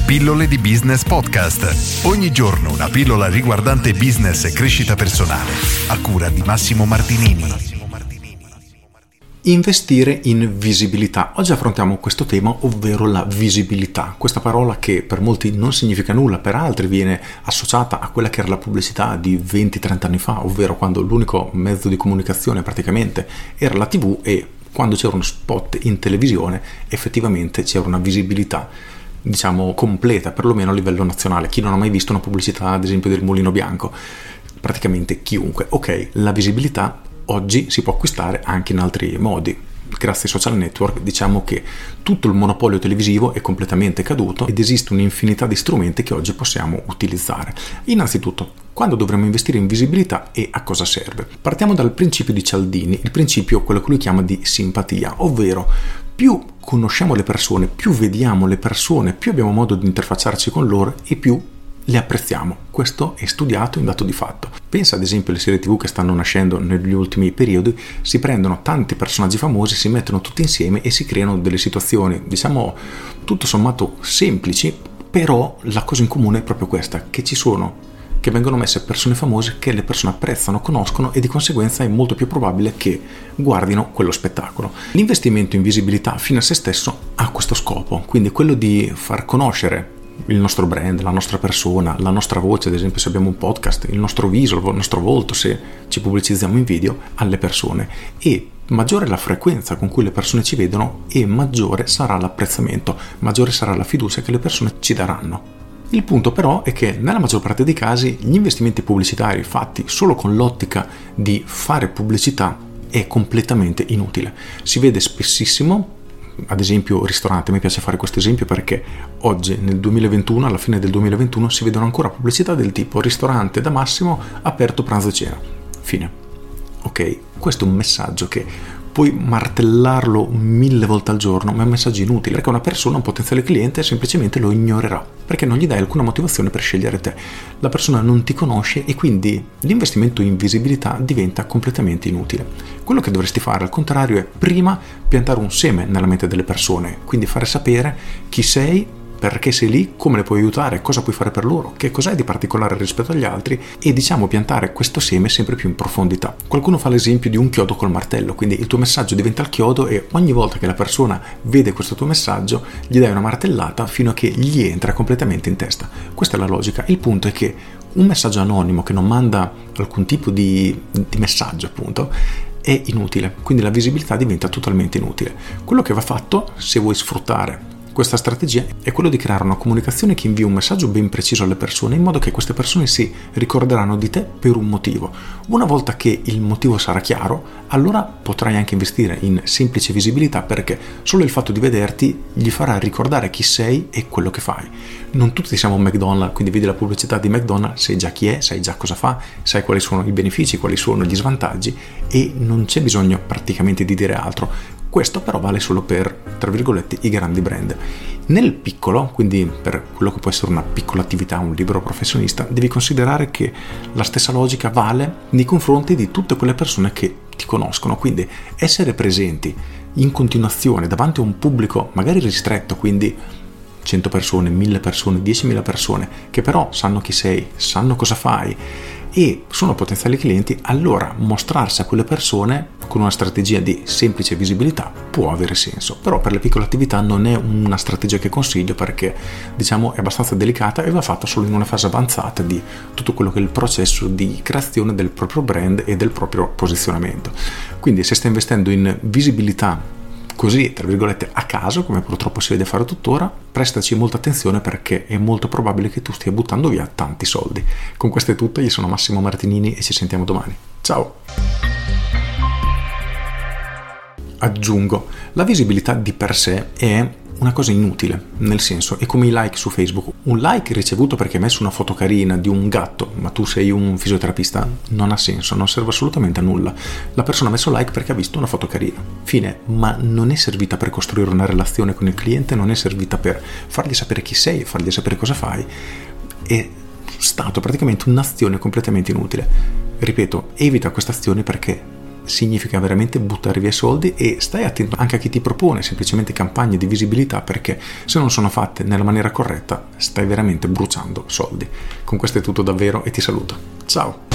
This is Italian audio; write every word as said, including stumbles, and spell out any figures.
Pillole di Business Podcast. Ogni giorno una pillola riguardante business e crescita personale. A cura di Massimo Martinini. Investire in visibilità. Oggi affrontiamo questo tema, ovvero la visibilità. Questa parola che per molti non significa nulla, per altri viene associata a quella che era la pubblicità di venti trenta anni fa, ovvero quando l'unico mezzo di comunicazione praticamente era la tivù e quando c'era uno spot in televisione effettivamente c'era una visibilità, diciamo, completa, perlomeno a livello nazionale. Chi non ha mai visto una pubblicità, ad esempio, del Mulino Bianco? Praticamente chiunque. Ok, la visibilità oggi si può acquistare anche in altri modi. Grazie ai social network diciamo che tutto il monopolio televisivo è completamente caduto ed esiste un'infinità di strumenti che oggi possiamo utilizzare. Innanzitutto, quando dovremmo investire in visibilità e a cosa serve? Partiamo dal principio di Cialdini, il principio quello che lui chiama di simpatia, ovvero più conosciamo le persone, più vediamo le persone, più abbiamo modo di interfacciarci con loro e più le apprezziamo. Questo è studiato in dato di fatto. Pensa ad esempio alle serie tivù che stanno nascendo negli ultimi periodi, si prendono tanti personaggi famosi, si mettono tutti insieme e si creano delle situazioni, diciamo, tutto sommato semplici, però la cosa in comune è proprio questa, che ci sono, che vengono messe persone famose che le persone apprezzano, conoscono e di conseguenza è molto più probabile che guardino quello spettacolo. L'investimento in visibilità fino a se stesso ha questo scopo, quindi quello di far conoscere il nostro brand, la nostra persona, la nostra voce, ad esempio se abbiamo un podcast, il nostro viso, il nostro volto se ci pubblicizziamo in video alle persone, e maggiore la frequenza con cui le persone ci vedono e maggiore sarà l'apprezzamento, maggiore sarà la fiducia che le persone ci daranno. Il punto però è che nella maggior parte dei casi gli investimenti pubblicitari fatti solo con l'ottica di fare pubblicità è completamente inutile. Si vede spessissimo, ad esempio ristorante, mi piace fare questo esempio perché oggi nel duemilaventuno, alla fine del duemilaventuno, si vedono ancora pubblicità del tipo ristorante da Massimo aperto pranzo e cena, fine. Ok, questo è un messaggio che puoi martellarlo mille volte al giorno, ma è un messaggio inutile perché una persona, un potenziale cliente, semplicemente lo ignorerà perché non gli dai alcuna motivazione per scegliere te. La persona non ti conosce e quindi l'investimento in visibilità diventa completamente inutile. Quello che dovresti fare al contrario è prima piantare un seme nella mente delle persone, quindi fare sapere chi sei, perché sei lì, come le puoi aiutare, cosa puoi fare per loro, che cos'è di particolare rispetto agli altri e diciamo piantare questo seme sempre più in profondità. Qualcuno fa l'esempio di un chiodo col martello, quindi il tuo messaggio diventa il chiodo e ogni volta che la persona vede questo tuo messaggio gli dai una martellata fino a che gli entra completamente in testa. Questa è la logica. Il punto è che un messaggio anonimo che non manda alcun tipo di, di messaggio appunto è inutile, quindi la visibilità diventa totalmente inutile. Quello che va fatto, se vuoi sfruttare questa strategia, è quello di creare una comunicazione che invia un messaggio ben preciso alle persone in modo che queste persone si ricorderanno di te per un motivo. Una volta che il motivo sarà chiaro, allora potrai anche investire in semplice visibilità perché solo il fatto di vederti gli farà ricordare chi sei e quello che fai. Non tutti siamo McDonald's, quindi vedi la pubblicità di McDonald's, sai già chi è, sai già cosa fa, sai quali sono i benefici, quali sono gli svantaggi e non c'è bisogno praticamente di dire altro. Questo però vale solo per, tra virgolette, i grandi brand. Nel piccolo, quindi per quello che può essere una piccola attività, un libero professionista, devi considerare che la stessa logica vale nei confronti di tutte quelle persone che ti conoscono. Quindi essere presenti in continuazione davanti a un pubblico magari ristretto, quindi cento persone, mille persone, diecimila persone, che però sanno chi sei, sanno cosa fai e sono potenziali clienti, allora mostrarsi a quelle persone con una strategia di semplice visibilità può avere senso. Però per le piccole attività non è una strategia che consiglio perché diciamo è abbastanza delicata e va fatta solo in una fase avanzata di tutto quello che è il processo di creazione del proprio brand e del proprio posizionamento. Quindi se stai investendo in visibilità così, tra virgolette, a caso, come purtroppo si vede fare tuttora, prestaci molta attenzione perché è molto probabile che tu stia buttando via tanti soldi. Con questo è tutto, io sono Massimo Martinini e ci sentiamo domani. Ciao! Aggiungo, la visibilità di per sé è una cosa inutile, nel senso è come i like su Facebook. Un like ricevuto perché hai messo una foto carina di un gatto, ma tu sei un fisioterapista, non ha senso, non serve assolutamente a nulla. La persona ha messo like perché ha visto una foto carina, fine, ma non è servita per costruire una relazione con il cliente, non è servita per fargli sapere chi sei, fargli sapere cosa fai. È stato praticamente un'azione completamente inutile. Ripeto, evita questa azione perché significa veramente buttare via soldi, e stai attento anche a chi ti propone semplicemente campagne di visibilità, perché se non sono fatte nella maniera corretta stai veramente bruciando soldi. Con questo è tutto davvero e ti saluto. Ciao!